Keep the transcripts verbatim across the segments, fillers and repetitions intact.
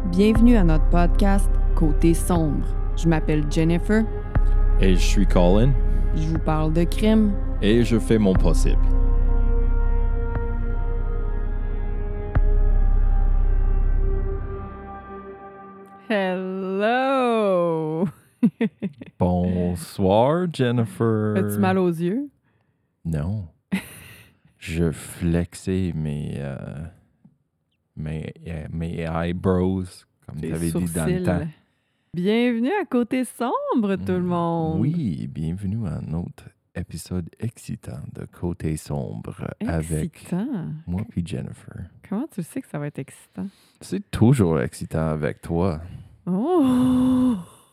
Bienvenue à notre podcast Côté sombre. Je m'appelle Jennifer. Et je suis Colin. Je vous parle de crime. Et je fais mon possible. Hello! Bonsoir, Jennifer. As-tu mal aux yeux? Non. Je flexais mes, euh, mes, euh, mes eyebrows, comme tu avais dit dans le temps. Bienvenue à Côté sombre, tout le monde! Oui, bienvenue à un autre épisode excitant de Côté sombre Excitant. avec moi puis Jennifer. Comment tu sais que ça va être excitant? C'est toujours excitant avec toi. Oh!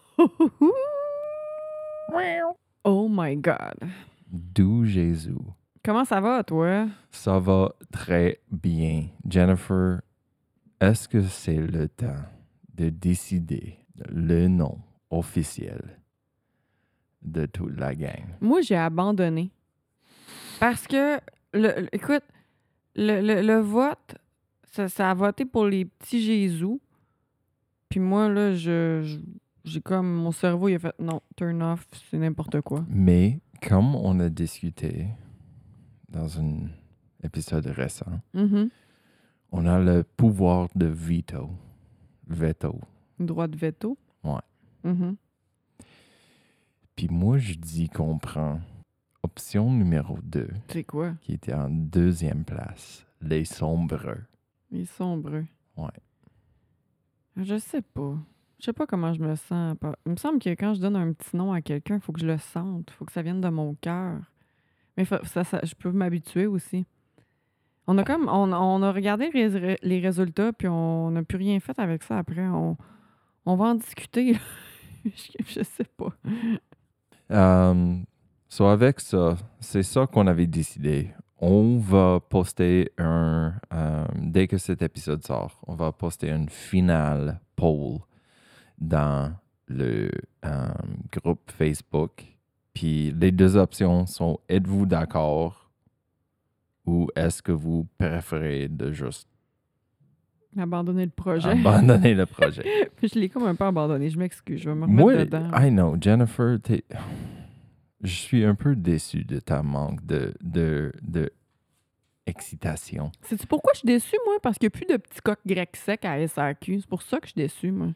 Oh my God! D'où Jésus. Comment ça va, toi? Ça va très bien. Jennifer, est-ce que c'est le temps de décider le nom officiel de toute la gang? Moi, j'ai abandonné. Parce que, le, le- écoute, le, le, le vote, ça, ça a voté pour les petits Jésus. Puis moi, là, je, je- j'ai comme... Mon cerveau, il a fait, non, turn off, c'est n'importe quoi. Mais comme on a discuté dans un épisode récent, Mhm. on a le pouvoir de veto. Veto. Droit de veto. Ouais. Mhm. Puis moi, je dis qu'on prend option numéro deux, C'est quoi? qui était en deuxième place, les sombreux. Les sombreux. Ouais. Je sais pas. Je sais pas comment je me sens. Pas- Il me semble que quand je donne un petit nom à quelqu'un, il faut que je le sente. Il faut que ça vienne de mon cœur. Mais faut- ça, ça- je peux m'habituer aussi. On a comme on, on a regardé les, rés- les résultats, puis on n'a plus rien fait avec ça après. On, on va en discuter. je, je sais pas. Um, so avec ça, c'est ça qu'on avait décidé. On va poster un, um, dès que cet épisode sort, on va poster une finale poll dans le um, groupe Facebook. Puis les deux options sont, êtes-vous d'accord ou est-ce que vous préférez de juste Abandonner le projet. abandonner le projet? Puis je l'ai comme un peu abandonné. Je m'excuse. Je vais me remettre Moi, dedans. I know, Jennifer, t'es... je suis un peu déçu de ta manque de, de, de excitation. Sais-tu pourquoi je suis déçue, moi? Parce qu'il n'y a plus de petits coqs grecs secs à S A Q. C'est pour ça que je suis déçue, moi.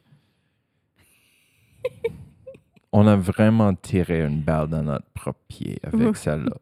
On a vraiment tiré une balle dans notre propre pied avec Ouais. celle-là.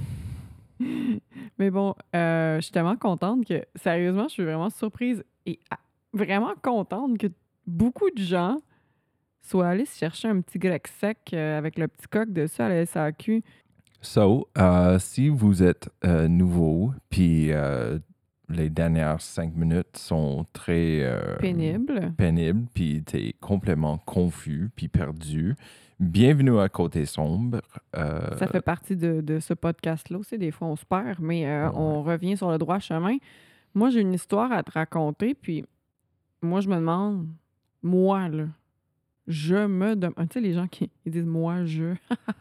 Mais bon, euh, je suis tellement contente que, sérieusement, je suis vraiment surprise et ah, vraiment contente que beaucoup de gens soient allés se chercher un petit grec sec euh, avec le petit coq dessus à la S A Q. So, euh, si vous êtes euh, nouveau, puis euh, les dernières cinq minutes sont très... euh, Pénible. pénibles, puis t'es complètement confus, puis perdu, bienvenue à Côté sombre. Euh, Ça fait partie de, de ce podcast-là aussi. Des fois, on se perd, mais euh, Ouais. on revient sur le droit chemin. Moi, j'ai une histoire à te raconter, puis moi, je me demande, moi, là, je me demande... Tu sais, les gens qui ils disent « moi, je ».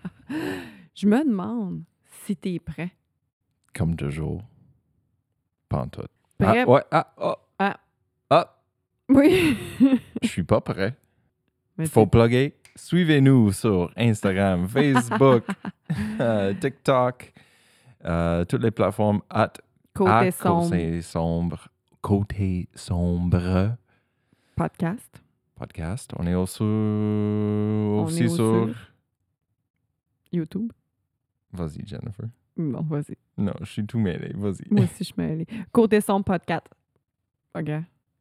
Je me demande si t'es prêt. Comme toujours. Pantoute. Prêt? Ah, ouais, ah, ah, Ah. ah, Oui. je suis pas prêt. Mais Faut tu- plugger. Suivez-nous sur Instagram, Facebook, euh, TikTok, euh, toutes les plateformes at, Côté à sombre Côté sombre. Côté sombre podcast. podcast. On est aussi, aussi est aussi sur... sur- YouTube. Vas-y, Jennifer. Bon, vas-y. Non, je suis tout mêlé. Vas-y. Moi aussi, je suis mêlée. Côté sombre podcast. OK.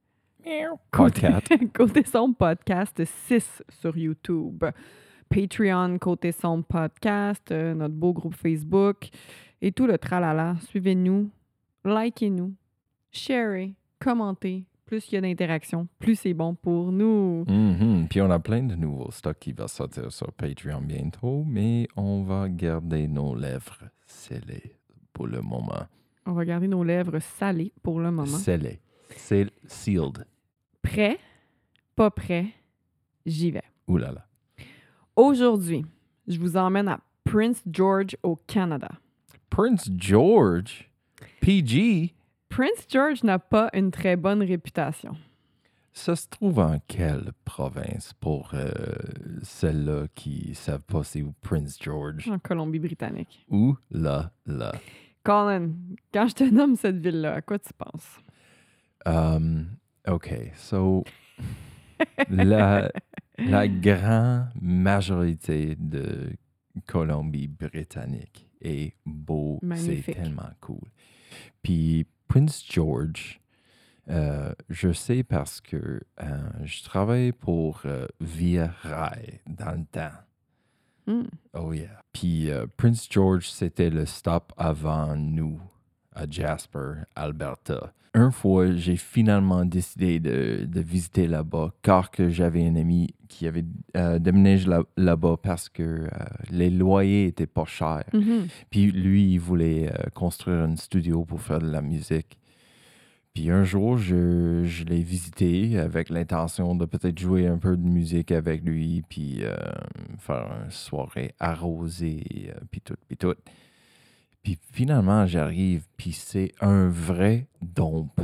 Podcast. Côté sombre podcast six sur YouTube. Patreon, Côté sombre podcast, euh, notre beau groupe Facebook et tout le tralala. Suivez-nous, likez-nous, sharez, commentez. Plus il y a d'interactions, plus c'est bon pour nous. Mhm. Puis on a plein de nouveaux stocks qui vont sortir sur Patreon bientôt, mais on va garder nos lèvres scellées pour le moment. On va garder nos lèvres salées pour le moment. Scellées. C'est sealed. Prêt? Pas prêt? J'y vais. Ouh là là. Aujourd'hui, je vous emmène à Prince George au Canada. Prince George? P G? Prince George n'a pas une très bonne réputation. Ça se trouve en quelle province pour euh, celles-là qui savent pas c'est où Prince George? En Colombie-Britannique. Où là, là? Colin, quand je te nomme cette ville-là, à quoi tu penses? Um, OK, so la, la grande majorité de Colombie-Britannique est beau, Magnifique. c'est tellement cool. Puis Prince George, euh, je sais parce que euh, je travaillais pour euh, Via Rail dans le temps. Hmm. Oh yeah. Puis euh, Prince George, c'était le stop avant nous à Jasper, Alberta. Une fois, j'ai finalement décidé de, de visiter là-bas car que j'avais un ami qui avait euh, déménagé là- là-bas parce que euh, les loyers étaient pas chers. Mhm. Puis lui, il voulait euh, construire un studio pour faire de la musique. Puis un jour, je, je l'ai visité avec l'intention de peut-être jouer un peu de musique avec lui, puis euh, faire une soirée arrosée, euh, puis tout, puis tout. Puis finalement, j'arrive, puis c'est un vrai dompe.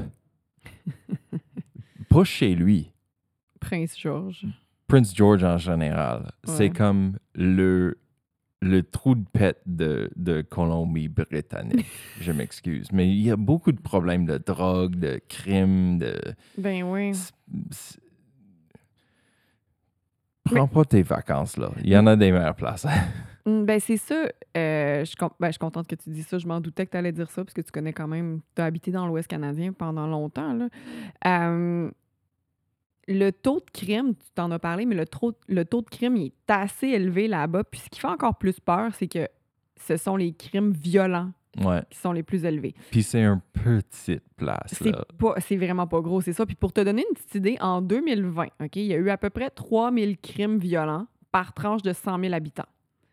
Pas chez lui. Prince George. Prince George en général. C'est Ouais. comme le, le trou de pète de, de Colombie-Britannique. Je m'excuse. Mais il y a beaucoup de problèmes de drogue, de crimes, de... Ben oui. C'est- c'est- Prends pas tes vacances, là. Il y en a des meilleures places. Mm, Ben c'est ça. Euh, je, suis com- ben, je suis contente que tu dis ça. Je m'en doutais que tu allais dire ça parce que tu connais quand même. Tu as habité dans l'Ouest canadien pendant longtemps. Là. Euh, le taux de crime, tu t'en as parlé, mais le, taux- le taux de crime il est assez élevé là-bas. Puis ce qui fait encore plus peur, c'est que ce sont les crimes violents Ouais. qui sont les plus élevés. Puis c'est une petite place, C'est là. pas, c'est vraiment pas gros, c'est ça. Puis pour te donner une petite idée, en deux mille vingt, OK, il y a eu à peu près trois mille crimes violents par tranche de cent mille habitants.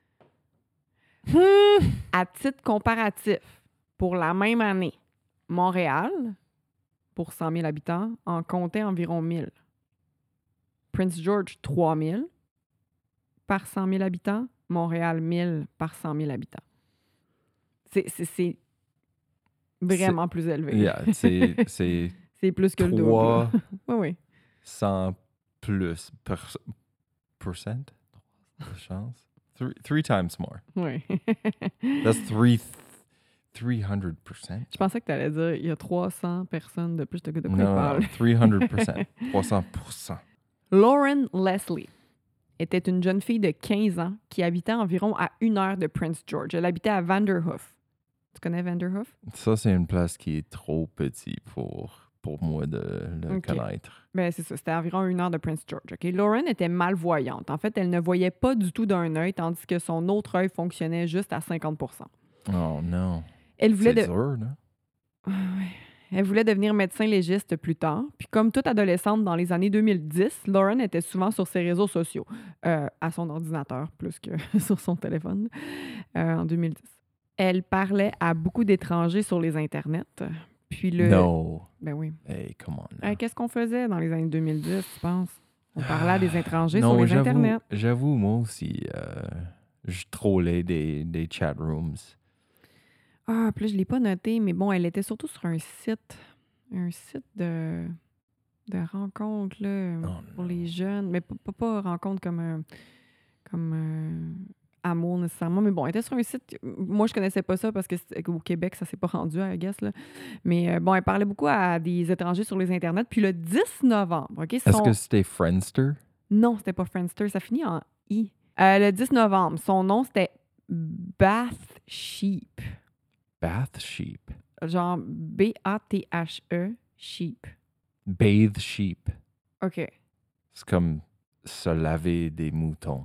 À titre comparatif, pour la même année, Montréal, pour cent mille habitants, en comptait environ mille. Prince George, trois mille par cent mille habitants. Montréal, mille par cent mille habitants. C'est, c'est, c'est vraiment plus élevé. Yeah, c'est c'est C'est plus que le double. trois Oui, oui. cents plus per, percent de chance. Three, three times more. Oui. That's three, three hundred percent. Je pensais que tu allais dire il y a trois cents personnes de plus de quoi de quoi Non, il non, parle. non, three hundred percent. trois cents pour cent. Lauren Leslie était une jeune fille de quinze ans qui habitait environ à une heure de Prince George. Elle habitait à Vanderhoof. Tu connais Vanderhoof? Ça, c'est une place qui est trop petite pour, pour moi de le Ok. connaître. Ben, c'est ça, c'était environ une heure de Prince George. OK? Lauren était malvoyante. En fait, elle ne voyait pas du tout d'un œil, tandis que son autre œil fonctionnait juste à cinquante pour cent. Oh non. Elle voulait, C'est de... dur, là. Ah, ouais. Elle voulait devenir médecin légiste plus tard. Puis comme toute adolescente dans les années deux mille dix, Lauren était souvent sur ses réseaux sociaux, euh, à son ordinateur plus que sur son téléphone, euh, en deux mille dix. Elle parlait à beaucoup d'étrangers sur les internets. Puis le... No. Ben oui. Hey, come on. Euh, now. Qu'est-ce qu'on faisait dans les années deux mille dix, tu penses? On parlait à des étrangers Non, sur les j'avoue- internets. J'avoue, moi aussi, euh, je trollais des, des chat rooms. Ah, puis là, je ne l'ai pas noté, mais bon, elle était surtout sur un site, un site de, de rencontres là, Oh, pour non. les jeunes, mais pas, pas, pas rencontre comme, un- comme un amour nécessairement, mais bon, elle était sur un site, moi je connaissais pas ça parce que c'est- au Québec, ça s'est pas rendu, I guess, là. Mais euh, bon, elle parlait beaucoup à des étrangers sur les internets, puis le dix novembre, OK? Est-ce son- que c'était Friendster? Non, c'était pas Friendster, ça finit en I. Euh, le dix novembre, son nom c'était Bath Sheep. Bath Sheep. Genre B A T H E, sheep. Bathe Sheep. OK. C'est comme se laver des moutons.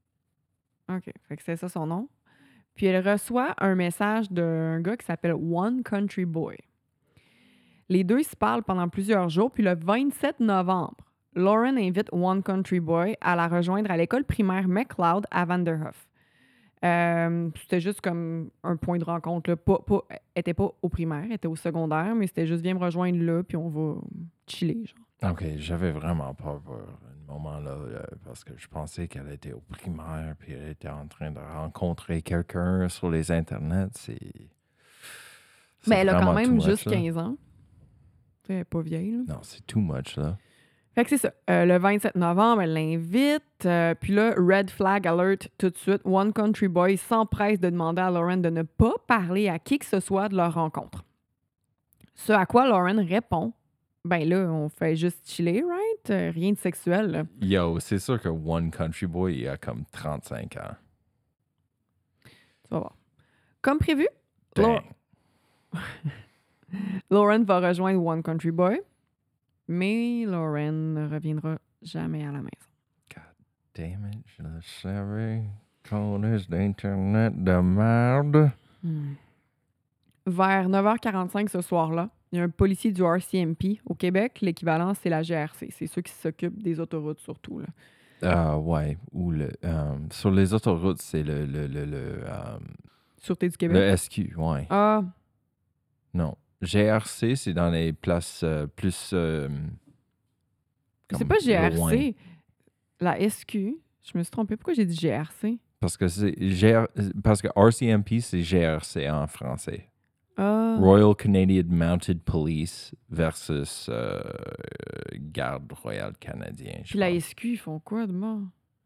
OK. Fait que c'est ça son nom. Puis elle reçoit un message d'un gars qui s'appelle One Country Boy. Les deux se parlent pendant plusieurs jours. Puis le vingt-sept novembre, Lauren invite One Country Boy à la rejoindre à l'école primaire McLeod à Vanderhoof. Euh, c'était juste comme un point de rencontre. Là. Pas, pas, elle était pas au primaire, elle était au secondaire, mais c'était juste viens me rejoindre là, puis on va chiller. Genre. OK, j'avais vraiment pas peur à ce moment-là euh, parce que je pensais qu'elle était au primaire puis elle était en train de rencontrer quelqu'un sur les internets. C'est. c'est Mais elle a quand vraiment too même much, juste là. quinze ans. Tu sais, elle est pas vieille. Là. Non, c'est too much, là. Fait que c'est ça. Euh, le vingt-sept novembre, elle l'invite. euh, puis là, red flag alert tout de suite. One Country Boy s'empresse de demander à Lauren de ne pas parler à qui que ce soit de leur rencontre. Ce à quoi Lauren répond, ben là, on fait juste chiller, right? Euh, rien de sexuel, là. Yo, c'est sûr que One Country Boy, il a comme trente-cinq ans. Tu vas voir. Comme prévu, Dang. Lau- Lauren va rejoindre One Country Boy, mais Lauren ne reviendra jamais à la maison. God damn it, je le savais. Connaisse d'Internet de merde. Hmm. Vers neuf heures quarante-cinq ce soir-là, il y a un policier du R C M P au Québec. L'équivalent, c'est la G R C. C'est ceux qui s'occupent des autoroutes surtout, là. Ah ouais, ou le... euh, sur les autoroutes, c'est le... le, le, le, euh, Sûreté du le Québec. S Q, ouais. Ah, Non. G R C, c'est dans les places euh, plus... euh, c'est comme pas G R loin. C. La S Q. Je me suis trompée. Pourquoi j'ai dit G R C? Parce que, c'est G R parce que R C M P, c'est G R C en français. Ah. Royal Canadian Mounted Police versus euh, Garde Royale Canadien. je Puis la pense. S Q, ils font quoi de mort?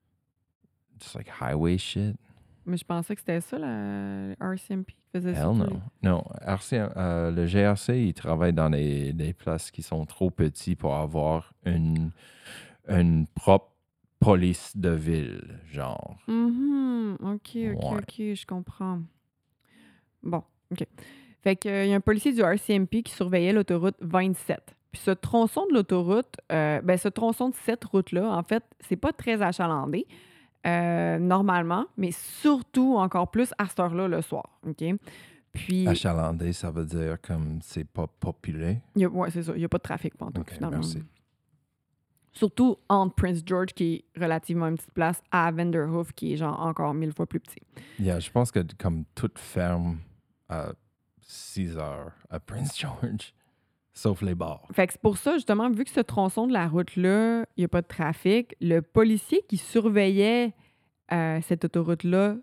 Just like highway shit. Mais je pensais que c'était ça, la R C M P qui faisait ça. Hell tous no. les- Non, R C, euh, le G R C, il travaille dans des, des places qui sont trop petites pour avoir une, une propre police de ville, genre. Mhm. OK, OK, Ouais. OK, je comprends. Bon, OK. Fait qu'il y a un policier du R C M P qui surveillait l'autoroute vingt-sept. Puis ce tronçon de l'autoroute, euh, ben ce tronçon de cette route-là, en fait, c'est pas très achalandé, euh, normalement, mais surtout encore plus à cette heure-là le soir, OK? Puis, Achalandé, ça veut dire comme c'est pas populaire. il y a- ouais, c'est ça, il n'y a pas de trafic pantoute, Ok, finalement. merci. Surtout entre Prince George, qui est relativement une petite place, à Vanderhoof, qui est genre encore mille fois plus petit. Yeah, je pense que comme toute ferme à six heures à Prince George, sauf les bars. Fait que c'est pour ça, justement, vu que ce tronçon de la route-là, il n'y a pas de trafic, le policier qui surveillait euh, cette autoroute-là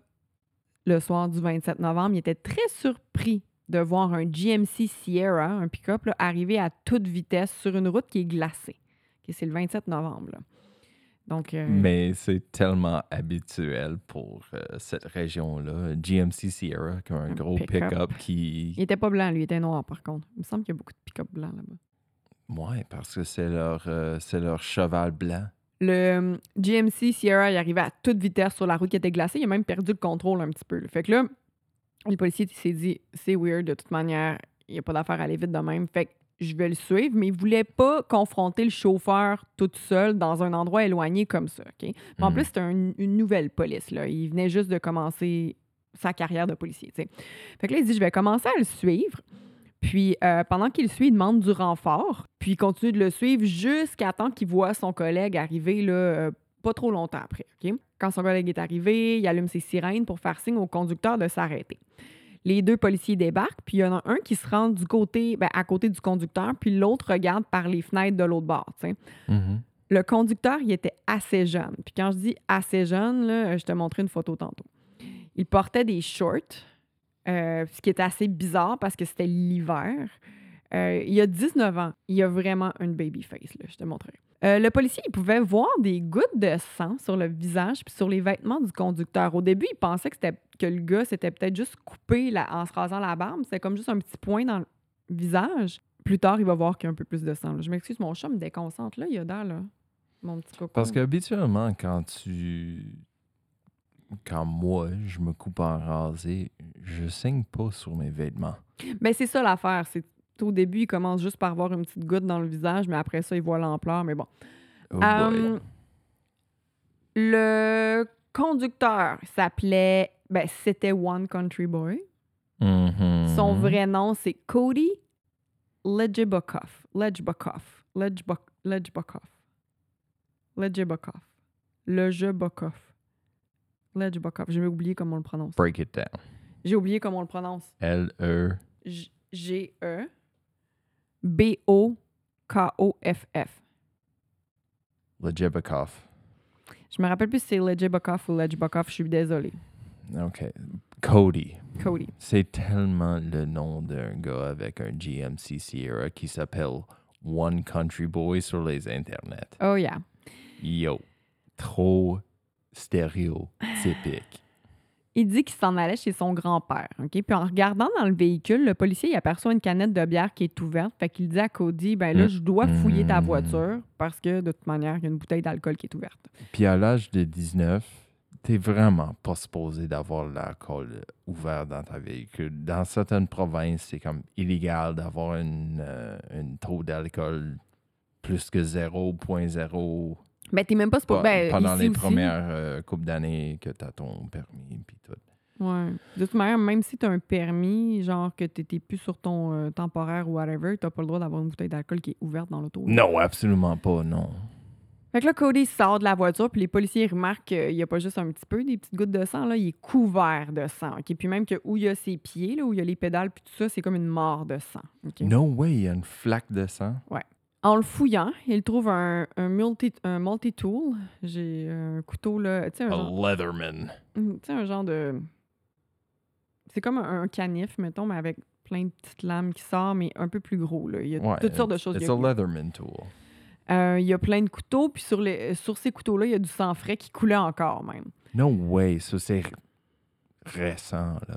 le soir du vingt-sept novembre, il était très surpris de voir un G M C Sierra, un pick-up, là, arriver à toute vitesse sur une route qui est glacée. Okay, c'est le vingt-sept novembre. Là. Donc, euh, Mais c'est tellement habituel pour euh, cette région-là. G M C Sierra, comme un, Un gros pick-up. pick-up qui... il était pas blanc, lui, il était noir, par contre. Il me semble qu'il y a beaucoup de pick-up blancs là-bas. Ouais, parce que c'est leur, euh, c'est leur cheval blanc. Le euh, G M C Sierra, il arrivait à toute vitesse sur la route qui était glacée. Il a même perdu le contrôle un petit peu. Là. Fait que là, le policier s'est dit, c'est weird, de toute manière, il n'y a pas d'affaire à aller vite de même. Fait que je vais le suivre, mais il voulait pas confronter le chauffeur tout seul dans un endroit éloigné comme ça. OK? Puis en Mm. plus, c'était un- une nouvelle police. Là. Il venait juste de commencer sa carrière de policier. T'sais. Fait que là, il dit, je vais commencer à le suivre. Puis euh, pendant qu'il le suit, il demande du renfort. Puis il continue de le suivre jusqu'à temps qu'il voit son collègue arriver là, euh, pas trop longtemps après. OK? Quand son collègue est arrivé, il allume ses sirènes pour faire signe au conducteur de s'arrêter. Les deux policiers débarquent, puis il y en a un qui se rend du côté, ben, à côté du conducteur, puis l'autre regarde par les fenêtres de l'autre bord. T'sais. Mhm. Le conducteur, il était assez jeune. Puis quand je dis assez jeune, là, je te montrais une photo tantôt. Il portait des shorts, euh, ce qui était assez bizarre parce que c'était l'hiver. Euh, il a dix-neuf ans. Il a vraiment une baby face, là, je te montrerai. Euh, le policier, il pouvait voir des gouttes de sang sur le visage puis sur les vêtements du conducteur. Au début, il pensait que, c'était, que le gars s'était peut-être juste coupé la- en se rasant la barbe. C'était comme juste un petit point dans le visage. Plus tard, il va voir qu'il y a un peu plus de sang. là. Je m'excuse, mon chat me déconcentre. Là, il y a d'air, là. Mon petit coco. Parce qu'habituellement, quand tu... Quand moi, je me coupe en rasé, je saigne pas sur mes vêtements. Ben, c'est ça l'affaire. C'est au début, il commence juste par voir une petite goutte dans le visage, mais après ça, il voit l'ampleur. Mais bon. Oh boy. Euh, le conducteur s'appelait, ben, c'était One Country Boy. Mhm. Son vrai nom, c'est Cody Lejibokov. Lejibokov. Lejibok- Lejibokov. Lejibokov. Lejibokov. Lejibokov. J'ai oublié comment on le prononce. Break it down. J'ai oublié comment on le prononce. L-E... J- G-E B O K O F F. Lejibokov. Je me rappelle plus si c'est Lejibokov ou Lejibokov. Je suis désolée. OK. Cody. Cody. C'est tellement le nom d'un gars avec un G M C Sierra qui s'appelle one country boy sur les internets. Oh yeah. Yo, trop stéréotypique. Il dit qu'il s'en allait chez son grand-père. OK? Puis en regardant dans le véhicule, le policier il aperçoit une canette de bière qui est ouverte. Fait qu'il dit à Cody, ben là, Mm. je dois fouiller ta Mm. voiture parce que de toute manière, il y a une bouteille d'alcool qui est ouverte. Puis à l'âge de dix-neuf, t'es vraiment pas supposé d'avoir l'alcool ouvert dans ta véhicule. Dans certaines provinces, c'est comme illégal d'avoir une, euh, une taux d'alcool plus que zéro virgule zéro Ben, t'es même pas supposé. pa- Ben, pendant ici les aussi. premières euh, couples d'années que t'as ton permis puis tout. Ouais. De toute manière, même si t'as un permis, genre que t'étais plus sur ton euh, temporaire ou whatever, t'as pas le droit d'avoir une bouteille d'alcool qui est ouverte dans l'auto. là. Non, absolument pas, non. Fait que là, Cody sort de la voiture, puis les policiers remarquent qu'il y a pas juste un petit peu, des petites gouttes de sang, là, il est couvert de sang. OK? Puis même que où il y a ses pieds, là, où il y a les pédales, puis tout ça, c'est comme une mare de sang. OK? No way, il y a une flaque de sang. En le fouillant, il trouve un, un, multi, un multi-tool. J'ai un couteau, là, tu sais, un, A genre- Leatherman. tu sais, un genre de... C'est comme un, un canif, mettons, mais avec plein de petites lames qui sortent, mais un peu plus gros, là. Il y a Ouais, toutes sortes de it's- choses. It's Il y a- a Leatherman tool. Euh, il y a plein de couteaux, puis sur, les, sur ces couteaux-là, il y a du sang frais qui coulait encore, même. No way, ça c'est récent, là.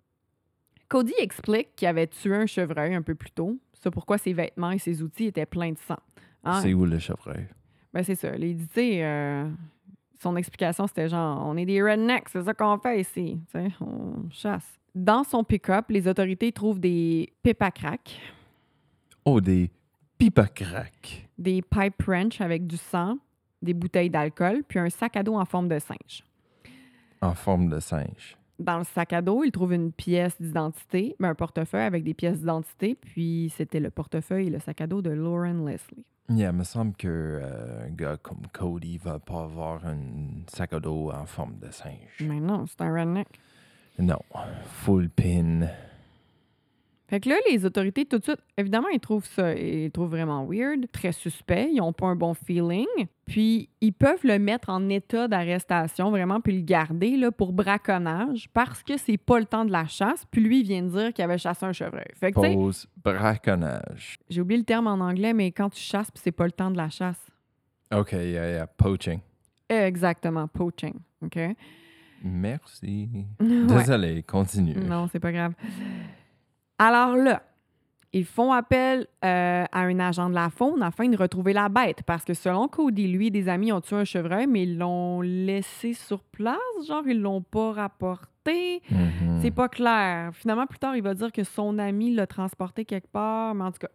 Cody explique qu'il avait tué un chevreuil un peu plus tôt. C'est pourquoi ses vêtements et ses outils étaient pleins de sang. Hein? C'est où le chevreuil? Ben, c'est ça. Il dit, tu sais, euh, son explication, c'était genre, on est des rednecks, c'est ça qu'on fait ici. Tu sais, on chasse. Dans son pick-up, les autorités trouvent des pipes à crack, Oh, des pipes à crack. des pipe wrench avec du sang, des bouteilles d'alcool, puis un sac à dos en forme de singe. En forme de singe. Dans le sac à dos, il trouve une pièce d'identité, ben, un portefeuille avec des pièces d'identité, puis c'était le portefeuille et le sac à dos de Lauren Leslie. Yeah, il me semble que euh, un gars comme Cody va pas avoir un sac à dos en forme de singe. Mais non, c'est un redneck. Non, full pin. Fait que là, les autorités, tout de suite, évidemment, ils trouvent ça, ils trouvent vraiment weird, très suspect, ils ont pas un bon feeling. Puis, ils peuvent le mettre en état d'arrestation, vraiment, puis le garder là, pour braconnage, parce que c'est pas le temps de la chasse. Puis lui, il vient de dire qu'il avait chassé un chevreuil. Fait que, tu sais, Pause, braconnage. j'ai oublié le terme en anglais, mais quand tu chasses, puis c'est pas le temps de la chasse. OK, yeah, yeah, poaching. Exactement, poaching, OK? Merci. Ouais. Désolé, continue. Non, c'est pas grave. Alors là, ils font appel euh, à un agent de la faune afin de retrouver la bête. Parce que selon Cody, lui et des amis ont tué un chevreuil, mais ils l'ont laissé sur place. Genre, ils l'ont pas rapporté. Mhm. C'est pas clair. Finalement, plus tard, il va dire que son ami l'a transporté quelque part. Mais en tout cas,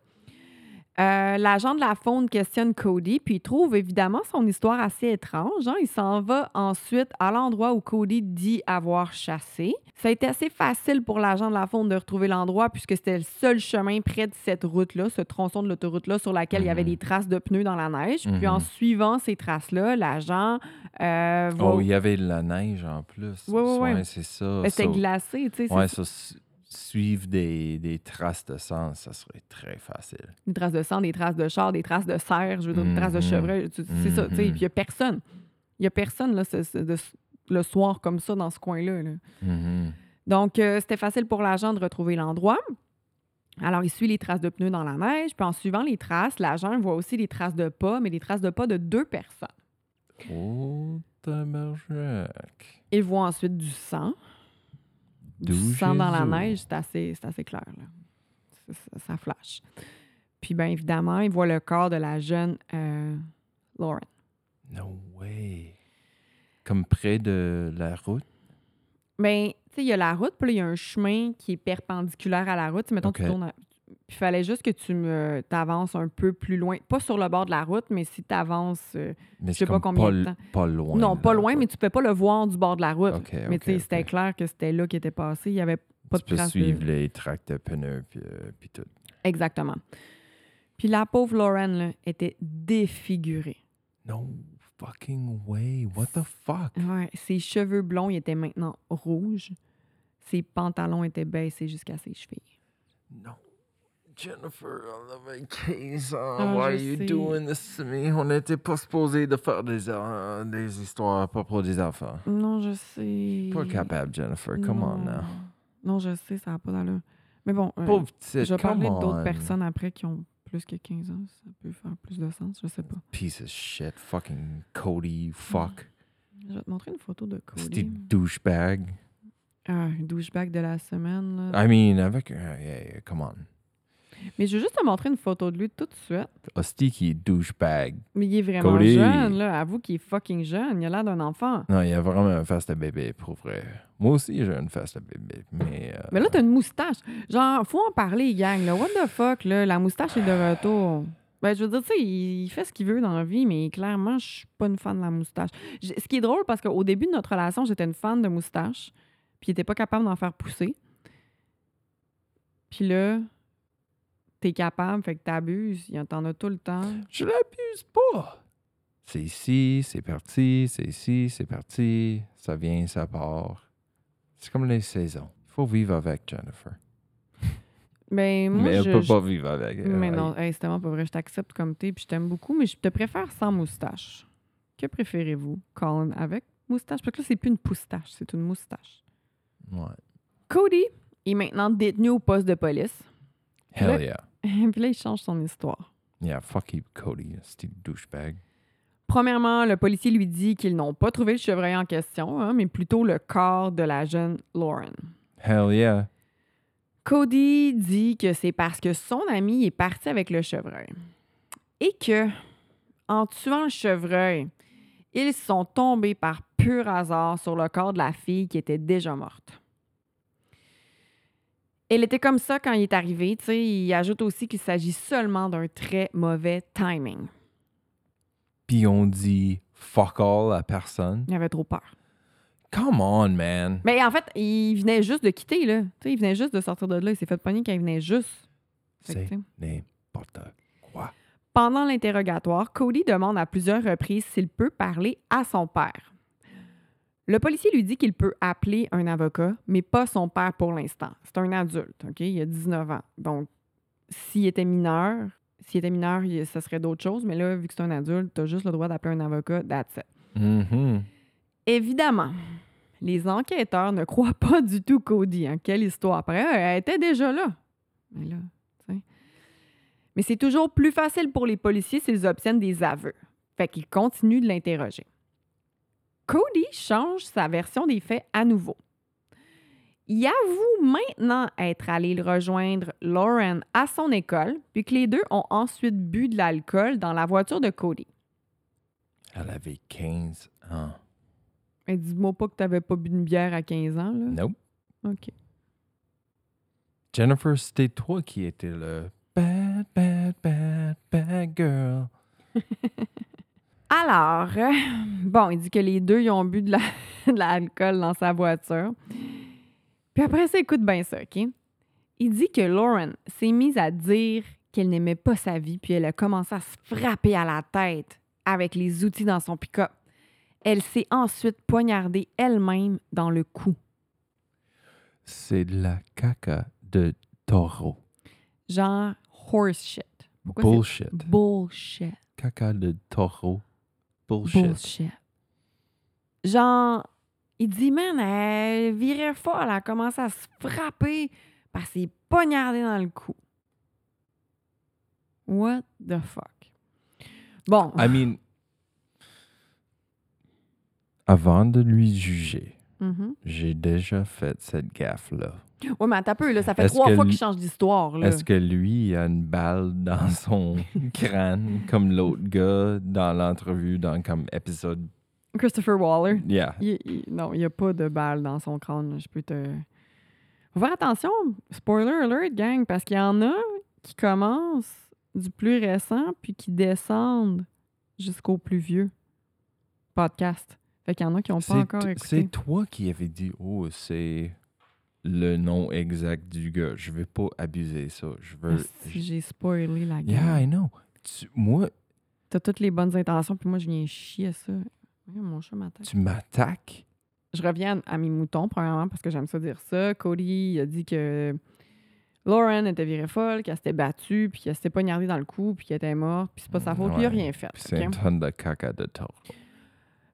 euh, l'agent de la faune questionne Cody, puis il trouve évidemment son histoire assez étrange. Hein? Il s'en va ensuite à l'endroit où Cody dit avoir chassé. Ça a été assez facile pour l'agent de la faune de retrouver l'endroit puisque c'était le seul chemin près de cette route-là, ce tronçon de l'autoroute-là sur laquelle il y avait Mhm. des traces de pneus dans la neige. Puis Mhm. en suivant ces traces-là, l'agent euh, va... Oh, il y avait de la neige en plus. Ouais, ouais, ouais. c'est ça. Ben, c'était So- glacé, tu sais. c'est ouais, ça. ça, su- suivre des, des traces de sang, ça serait très facile. Des traces de sang, des traces de char, des traces de cerf, je veux dire, des traces de Mhm. chevreuil. tu- C'est ça, tu sais. Mhm. Puis il n'y a personne. Il n'y a personne, là, ce- ce- de- le soir comme ça, dans ce coin-là. là. Mhm. Donc, euh, c'était facile pour l'agent de retrouver l'endroit. Alors, il suit les traces de pneus dans la neige. Puis en suivant les traces, l'agent voit aussi des traces de pas, mais des traces de pas de deux personnes. Oh, tabarnak. Il voit ensuite du sang. Du D'où sang dans la Jésus. neige, c'est assez, c'est assez clair. Là. Ça, ça- ça flash. Puis, bien évidemment, il voit le corps de la jeune euh, Lauren. No way. Comme près de la route? Mais, tu sais, il y a la route, puis là, il y a un chemin qui est perpendiculaire à la route. Tu sais, mettons, tu OK. tournes. à- Puis, il fallait juste que tu me t'avances un peu plus loin. Pas sur le bord de la route, mais si tu avances. Mais Je sais c'est pas comme combien pas, de l- temps. pas loin. non, de pas la loin, route. mais tu peux pas le voir du bord de la route. OK, mais, OK, tu sais, c'était OK. clair que c'était là qui était passé. Il y avait pas Tu de peux traces. de- suivre les tracts de pneus puis, euh, puis tout. Exactement. Puis, la pauvre Lauren, là, était défigurée. No fucking way. What the fuck? Ouais, ses cheveux blonds ils étaient maintenant rouges. Ses pantalons étaient baissés jusqu'à ses chevilles. No. Jennifer, on avait quinze ans. Ah, Why are je you sais. doing this to me? On n'était pas supposé de faire des, euh, des histoires à propos des enfants. Non, je sais. Pas capable, Jennifer. Come on Non. now. Non, je sais, ça n'a pas d'allure. Mais bon, euh, Pauvre petite, je vais parler come d'autres on. personnes après qui ont plus que quinze ans. Ça peut faire plus de sens, je sais pas. Piece of shit. Fucking Cody. Fuck. Je vais te montrer une photo de C'était Cody. douchebag. Ah, douchebag de la semaine. Là. I mean, avec... Uh, yeah, yeah, come on. Mais je veux juste te montrer une photo de lui tout de suite. Hostie qui est douchebag. Mais il est vraiment Cody. jeune, là. Avoue qu'il est fucking jeune. Il a l'air d'un enfant. Non, il y a vraiment un face de bébé, pour vrai. Moi aussi, j'ai une face de bébé, mais... Euh... Mais là, t'as une moustache. Genre, faut en parler, gang. Là. What the fuck, là? La moustache est de retour. Ben, je veux dire, tu sais, il fait ce qu'il veut dans la vie, mais clairement, je suis pas une fan de la moustache. J- Ce qui est drôle, parce qu'au début de notre relation, j'étais une fan de moustache, puis il était pas capable d'en faire pousser. Puis là, t'es capable, fait que t'abuses, y en- t'en as tout le temps. Je l'abuse pas. C'est ici, c'est parti, c'est ici, c'est parti. Ça vient, ça part. C'est comme les saisons. Il faut vivre avec Jennifer. Ben, moi, mais elle je... peut je- pas vivre avec. Mais elle. non, hey, c'est tellement pas vrai. Je t'accepte comme t'es, puis je t'aime beaucoup, mais je te préfère sans moustache. Que préférez-vous, Colin, avec moustache? Parce que là, c'est plus une poustache, c'est une moustache. Ouais. Cody est maintenant détenu au poste de police. Hell Là- yeah. Puis là, il change son histoire. Yeah, fuck you, Cody. C'est douchebag. Premièrement, le policier lui dit qu'ils n'ont pas trouvé le chevreuil en question, hein, mais plutôt le corps de la jeune Lauren. Hell yeah. Cody dit que c'est parce que son ami est parti avec le chevreuil. Et que, en tuant le chevreuil, ils sont tombés par pur hasard sur le corps de la fille qui était déjà morte. Elle était comme ça quand il est arrivé. Tu sais, il ajoute aussi qu'il s'agit seulement d'un très mauvais timing. Puis on dit fuck all à personne. Il avait trop peur. Come on, man. Mais en fait, il venait juste de quitter, là. Tu sais, il venait juste de sortir de là. Il s'est fait pogner quand il venait juste. Fait que, C'est tu sais. n'importe quoi. Pendant l'interrogatoire, Cody demande à plusieurs reprises s'il peut parler à son père. Le policier lui dit qu'il peut appeler un avocat, mais pas son père pour l'instant. C'est un adulte, OK? Il a dix-neuf ans. Donc, s'il était mineur, s'il était mineur, il- ça serait d'autres choses. Mais là, vu que c'est un adulte, t'as juste le droit d'appeler un avocat, that's it. Mhm. Évidemment, les enquêteurs ne croient pas du tout Cody. Hein. Quelle histoire. Après, elle était déjà là. Mais là, tu sais. Mais c'est toujours plus facile pour les policiers s'ils obtiennent des aveux. Fait qu'ils continuent de l'interroger. Cody change sa version des faits à nouveau. Il avoue maintenant être allé le rejoindre Lauren à son école, puis que les deux ont ensuite bu de l'alcool dans la voiture de Cody. Elle avait quinze ans. Et dis-moi pas que t'avais pas bu une bière à quinze ans, là. Nope. OK. Jennifer, c'était toi qui étais le bad, bad, bad, bad girl. Alors, euh, bon, il dit que les deux, ils ont bu de la- de l'alcool dans sa voiture. Puis après ça, écoute bien ça, OK? Il dit que Lauren s'est mise à dire qu'elle n'aimait pas sa vie, puis elle a commencé à se frapper à la tête avec les outils dans son pick-up. Elle s'est ensuite poignardée elle-même dans le cou. C'est de la caca de taureau. Genre horse shit. Pourquoi c'est- Bullshit. Bullshit. Caca de taureau. Bullshit. Bullshit. Genre, il dit, man, elle virait folle, elle a commencé à se frapper parce qu'elle s'est poignardée dans le cou. What the fuck? Bon, I mean, avant de lui juger, mhm. j'ai déjà fait cette gaffe-là. Ouais, mais attends un peu, là, ça fait Est-ce trois que fois lui- qu'il change d'histoire, là. Est-ce que lui, il a une balle dans son crâne, comme l'autre gars dans l'entrevue, dans comme épisode... Christopher Waller. Yeah. Il- il- non, il n'y a pas de balle dans son crâne, là, je peux te... Faut faire attention, spoiler alert, gang, parce qu'il y en a qui commencent du plus récent puis qui descendent jusqu'au plus vieux podcast. Fait qu'il y en a qui n'ont pas C'est encore t- écouté. C'est toi qui avais dit, oh, c'est le nom exact du gars. Je vais pas abuser ça. Je veux... Asti, J'ai spoilé la Yeah, gueule. I know. Tu- moi, T'as toutes les bonnes intentions, puis moi, je viens chier ça. Ouais, mon chat m'attaque. tu m'attaques. Je reviens à mes moutons, premièrement, parce que j'aime ça dire ça. Cody il a dit que Lauren était virée folle, qu'elle s'était battue, puis qu'elle s'était poignardée dans le cou, puis qu'elle était morte, puis c'est pas sa faute, puis il a Ouais. rien fait. Puis c'est ok? une tonne de caca de taureau.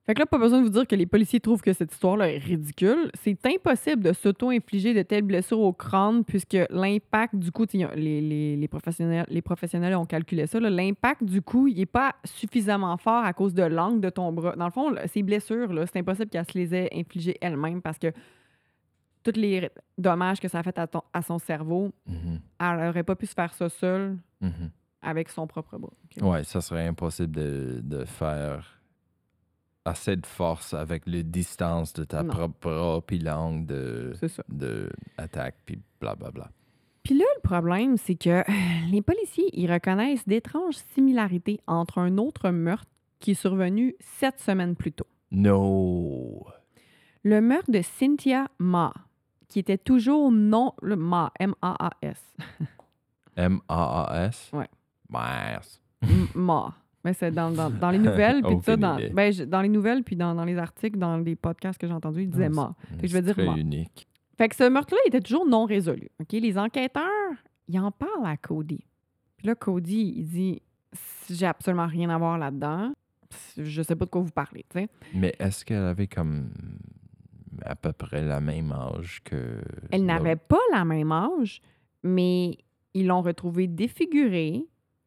Fait que là, pas besoin de vous dire que les policiers trouvent que cette histoire-là est ridicule. C'est impossible de s'auto-infliger de telles blessures au crâne puisque l'impact du coup, les, les, les, professionnels, les professionnels ont calculé ça, là, l'impact du coup, il n'est pas suffisamment fort à cause de l'angle de ton bras. Dans le fond, là, ces blessures, là, c'est impossible qu'elle se les ait infligées elle-même parce que tous les dommages que ça a fait à, ton, à son cerveau, mm-hmm. elle n'aurait pas pu se faire ça seule Mm-hmm. avec son propre bras. Okay? Ouais, ça serait impossible de, de faire assez de force avec la distance de ta Non. propre bras puis l'angle de, C'est ça. de attaque puis blablabla. Puis là, le problème, c'est que les policiers, ils reconnaissent d'étranges similarités entre un autre meurtre qui est survenu sept semaines plus tôt. No! Le meurtre de Cynthia Ma, qui était toujours non... Le Ma, M A A S. M A A S? Ouais. Mars. Ma. Ben, c'est dans, dans, dans les nouvelles, puis tout ça, dans, idée. ben, je- dans les nouvelles, puis dans, dans les articles, dans les podcasts que j'ai entendus, ils disaient Ma. Fait que je vais dire très Ma. unique. Fait que ce meurtre-là était toujours non résolu. OK? Les enquêteurs, ils en parlent à Cody. Puis là, Cody, il dit « J'ai absolument rien à voir là-dedans. Je sais pas de quoi vous parlez. » tu sais. Mais est-ce qu'elle avait comme à peu près la même âge que... Elle l'autre? n'avait pas la même âge, mais ils l'ont retrouvée défigurée.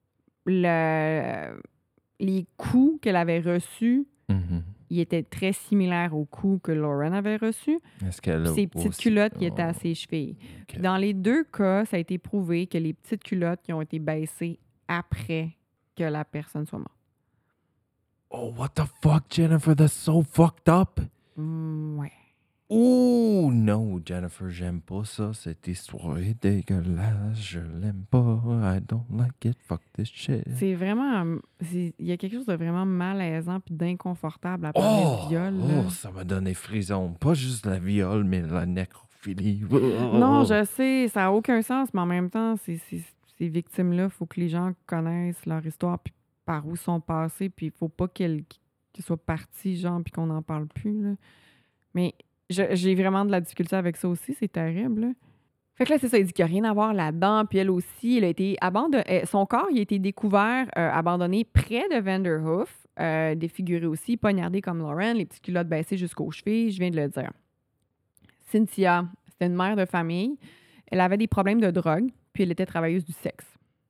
Le... Les coups qu'elle avait reçus, Mhm. ils étaient très similaires aux coups que Lauren avait reçus. Est-ce qu'elle Puis a ses petites aussi- culottes qui Oh, étaient à ses chevilles. ok. Puis dans les deux cas, ça a été prouvé que les petites culottes qui ont été baissées après que la personne soit morte. Oh, what the fuck, Jennifer? That's so fucked up! Mm, ouais. Oh, non, Jennifer, j'aime pas ça. Cette histoire est dégueulasse. Je l'aime pas. I don't like it. Fuck this shit. C'est vraiment... c'est- Il y a quelque chose de vraiment malaisant puis d'inconfortable à parler Oh, de viol. là. oh, ça m'a donné frisson. Pas juste la viol, mais la nécrophilie. Non, je sais, ça n'a aucun sens, mais en même temps, c'est- c'est- ces victimes-là, il faut que les gens connaissent leur histoire puis par où ils sont passés, puis il faut pas qu'elles qu'elles soient parties, genre, puis qu'on n'en parle plus. Là. Mais je- j'ai vraiment de la difficulté avec ça aussi, c'est terrible. Là. Fait que là, c'est ça, il dit qu'il n'y a rien à voir là-dedans, puis elle aussi, elle a été abandonnée. Son corps, il a été découvert, euh, abandonné près de Vanderhoof, euh, défiguré aussi, poignardé comme Lauren, les petites culottes baissées jusqu'aux chevilles, je viens de le dire. Cynthia, c'était une mère de famille. Elle avait des problèmes de drogue, puis elle était travailleuse du sexe.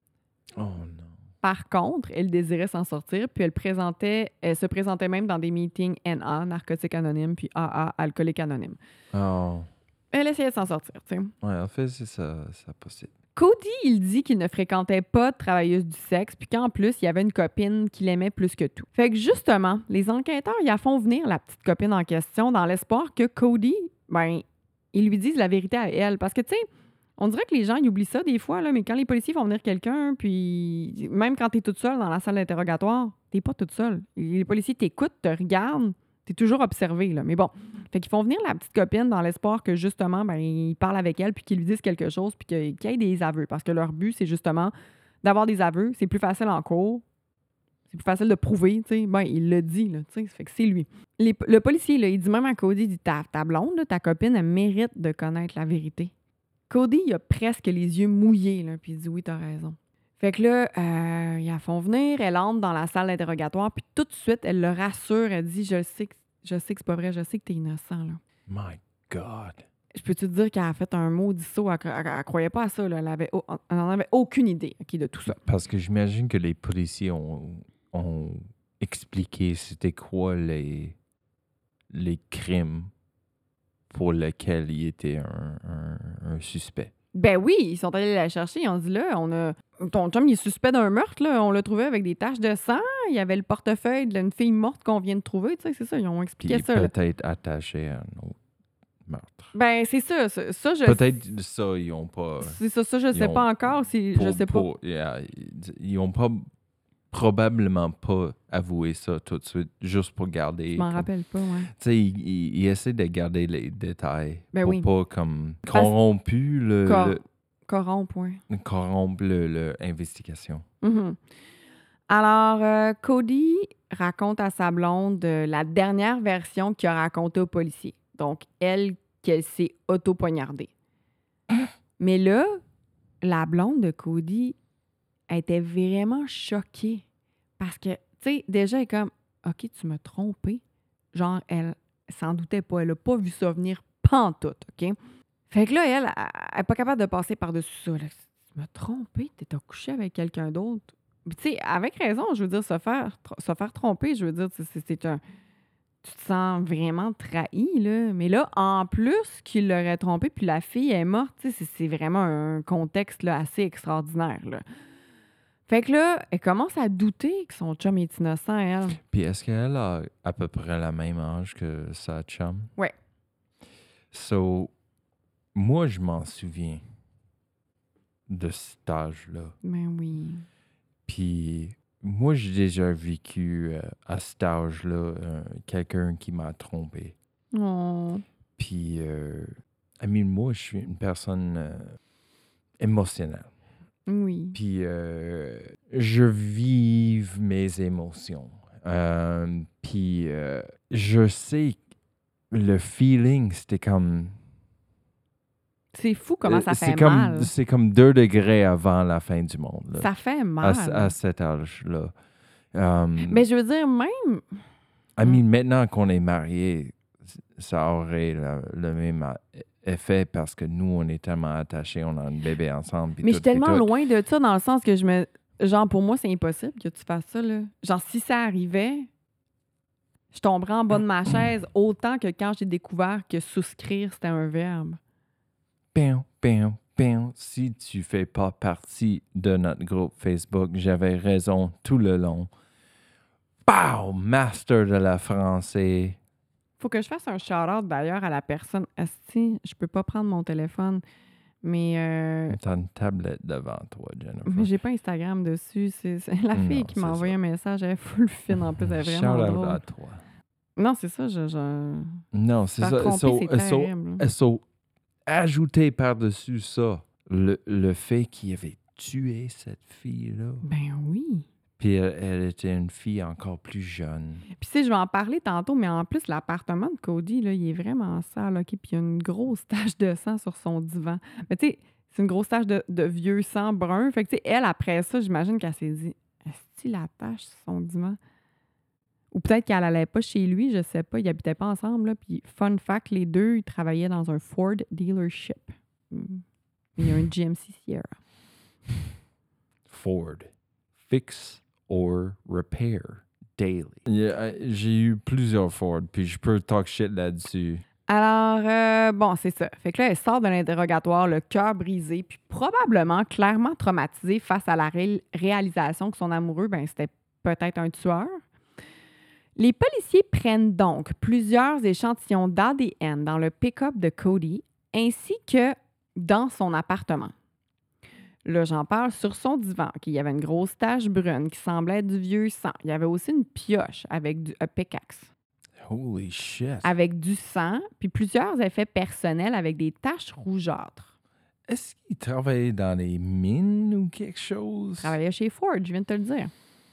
Oh non. Par contre, elle désirait s'en sortir, puis elle, présentait, elle se présentait même dans des meetings N A, Narcotiques Anonymes, puis A A, Alcooliques Anonymes. Oh. Elle essayait de s'en sortir, tu sais. Ouais, en fait, c'est ça, ça possible. Cody, il dit qu'il ne fréquentait pas de travailleuse du sexe, puis qu'en plus, il y avait une copine qu'il aimait plus que tout. Fait que justement, les enquêteurs, ils la font venir la petite copine en question dans l'espoir que Cody, ben, ils lui disent la vérité à elle. Parce que, tu sais, on dirait que les gens, ils oublient ça des fois, là, mais quand les policiers font venir quelqu'un, puis même quand t'es toute seule dans la salle d'interrogatoire, t'es pas toute seule. Les policiers t'écoutent, te regardent, t'es toujours observé, là. Mais bon, fait qu'ils font venir la petite copine dans l'espoir que, justement, ben, ils parlent avec elle, puis qu'ils lui disent quelque chose, puis que- qu'il y ait des aveux. Parce que leur but, c'est justement d'avoir des aveux. C'est plus facile en cours. C'est plus facile de prouver, tu sais. Ben, il le dit, là, tu sais. Fait que c'est lui. Les- le policier, là, il dit même à Cody, il dit, ta, ta blonde, là, ta copine, elle mérite de connaître la vérité. Cody, il a presque les yeux mouillés, là, puis il dit, oui, t'as raison. Fait que là, euh, ils la font venir, elle entre dans la salle d'interrogatoire, puis tout de suite, elle le rassure, elle dit, je sais que, je sais que c'est pas vrai, je sais que t'es innocent, là. My God. Je peux te dire qu'elle a fait un maudit saut, elle, elle, elle croyait pas à ça, là. Elle avait, au- elle n'en avait aucune idée, OK, de tout ça. Parce que j'imagine que les policiers ont, ont expliqué c'était quoi les, les crimes pour lesquels il était un, un, un suspect. Ben oui, ils sont allés la chercher. Ils ont dit là, on a. Ton chum, il est suspect d'un meurtre, là. On l'a trouvé avec des taches de sang. Il y avait le portefeuille d'une fille morte qu'on vient de trouver. Tu sais, c'est ça. Ils ont Puis expliqué ça. là. peut-être attaché à un autre meurtre. Ben, c'est ça. Ça, ça, je. Peut-être ça, ils n'ont pas... C'est ça, ça, je ils sais ont- pas encore. Si, pour- je sais pas. pour- yeah, ils n'ont pas... probablement pas avoué ça tout de suite, juste pour garder... Je m'en comme- rappelle pas, ouais. Tu sais, ils, ils- ils essaient de garder les détails Ben pour oui. pas comme Parce- corrompu le, Cor- le- Corrompre, ouais. corrompre le, le investigation. Mhm. Alors, euh, Cody raconte à sa blonde euh, la dernière version qu'il a racontée au policier. Donc, elle, qu'elle s'est auto-poignardée. Mais là, la blonde de Cody elle était vraiment choquée. Parce que, tu sais, déjà, elle est comme, OK, tu m'as trompé. genre, elle s'en doutait pas. Elle a pas vu ça venir pantoute, OK? Fait que là, elle, elle n'est pas capable de passer par-dessus ça. Là. Tu m'as trompé, t'es couché avec quelqu'un d'autre. Puis tu sais, avec raison, je veux dire, se faire, tr- se faire tromper, je veux dire, c'est, c'est un... Tu te sens vraiment trahi, là. Mais là, en plus qu'il l'aurait trompé, puis la fille est morte, tu sais, c'est, c'est vraiment un contexte là, assez extraordinaire, là. Fait que là, elle commence à douter que son chum est innocent, elle. Puis est-ce qu'elle a à peu près le même âge que sa chum? Ouais. So, moi, je m'en souviens de cet âge-là. Ben oui. Puis moi, j'ai déjà vécu euh, à cet âge-là euh, quelqu'un qui m'a trompé. Oh. Puis, euh, I mean, moi, je suis une personne euh, émotionnelle. Oui. Puis, euh, je vive mes émotions. Euh, puis, euh, je sais, le feeling, c'était comme... C'est fou comment ça euh, fait c'est comme, mal. C'est comme deux degrés avant la fin du monde. Là, Ça fait à, mal. à cet âge-là. Um, Mais je veux dire, même... I mean, maintenant qu'on est mariés, ça aurait le, le même a- effet parce que nous, on est tellement attachés, on a un bébé ensemble. puis Mais je tout, suis puis tellement tout. loin de ça dans le sens que je me... Genre, pour moi, c'est impossible que tu fasses ça, là. Genre, si ça arrivait, je tomberais en bas de ma chaise autant que quand j'ai découvert que souscrire, c'était un verbe. Pium, pium, pium. Si tu fais pas partie de notre groupe Facebook, j'avais raison tout le long. Pow! Master de la français. Faut que je fasse un shout-out d'ailleurs à la personne. Asti, je peux pas prendre mon téléphone, mais euh, T'as une tablette devant toi, Jennifer. mais j'ai pas Instagram dessus. C'est, c'est la fille Non, qui c'est m'a envoyé ça. un message, elle est full fine en plus, elle est vraiment Shout out drôle. à toi. Non, c'est ça, je, je... Non, c'est Faire ça. tromper, So- c'est so- terrible. là. so, ajouter par-dessus ça le, le fait qu'il avait tué cette fille-là. Ben oui. Puis elle, elle était une fille encore plus jeune. Puis tu sais, je vais en parler tantôt, mais en plus, l'appartement de Cody, là, il est vraiment sale, OK? Puis il y a une grosse tache de sang sur son divan. Mais tu sais, c'est une grosse tache de, de vieux sang brun. Fait que tu sais, elle, après ça, j'imagine qu'elle s'est dit, est-ce que la tache sur son divan? Ou peut-être qu'elle allait pas chez lui, je sais pas, ils habitaient pas ensemble. Là. Puis fun fact, les deux, ils travaillaient dans un Ford dealership. Mm. Il y a un G M C Sierra. Ford. Fix or repair daily. Yeah, j'ai eu plusieurs Ford, puis je peux talk shit là-dessus. Alors, euh, bon, c'est ça. Fait que là, elle sort de l'interrogatoire, le cœur brisé, puis probablement clairement traumatisée face à la ré- réalisation que son amoureux, ben, c'était peut-être un tueur. Les policiers prennent donc plusieurs échantillons d'A D N dans le pick-up de Cody, ainsi que dans son appartement. Là, j'en parle sur son divan. Okay, il y avait une grosse tache brune qui semblait être du vieux sang. Il y avait aussi une pioche avec du un pickaxe. Holy shit. Avec du sang, puis plusieurs effets personnels avec des taches rougeâtres. Est-ce qu'il travaillait dans les mines ou quelque chose? Il travaillait chez Ford, je viens de te le dire.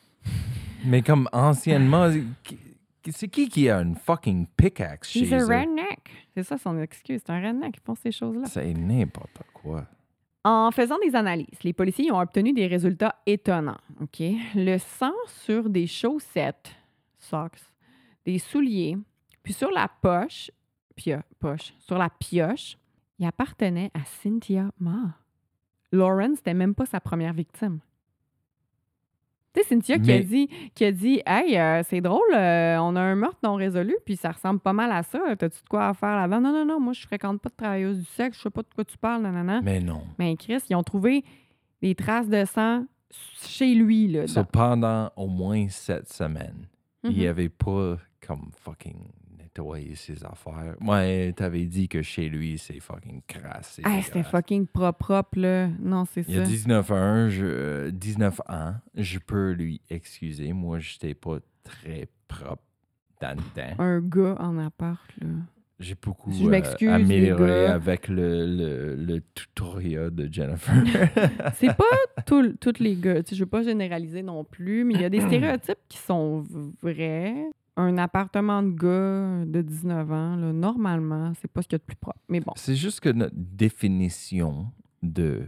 Mais comme anciennement, c'est qui qui a une fucking pickaxe He's chez a eux? redneck. C'est ça son excuse. C'est un redneck qui font ces choses-là. C'est n'importe quoi. En faisant des analyses, les policiers ont obtenu des résultats étonnants. OK? Le sang sur des chaussettes, socks, des souliers, puis sur la poche, pio- poche, sur la pioche, il appartenait à Cynthia Ma. Lauren, c'était même pas sa première victime. Tu sais, Cynthia qui a Mais- dit, qui a dit Hey, euh, c'est drôle, euh, on a un meurtre non résolu, puis ça ressemble pas mal à ça. T'as-tu de quoi à faire là-dedans? Non, non, non, moi, je fréquente pas de travailleuse du sexe, je sais pas de quoi tu parles, nanana. Mais non. Mais Chris, ils ont trouvé des traces de sang chez lui, là. So, dans- pendant au moins sept semaines, il Mhm. n'y avait pas comme fucking nettoyer ses affaires. Moi, t'avais dit que chez lui, c'est fucking crasse. c'est Ah, c'était dégueulasse. fucking propre, propre, là. Non, c'est Il y a ça. dix-neuf ans, je, euh, dix-neuf ans, je peux lui excuser. Moi, j'étais pas très propre dans le temps. Un gars en appart, là. J'ai beaucoup Je euh, m'excuse, les amélioré gars. avec le, le, le tutoriel de Jennifer. C'est pas tout- tous les gars. Tu sais, je veux pas généraliser non plus, mais il y a des stéréotypes qui sont v- vrais. Un appartement de gars de dix-neuf ans, là, normalement, c'est pas ce qu'il y a de plus propre. Mais bon. C'est juste que notre définition de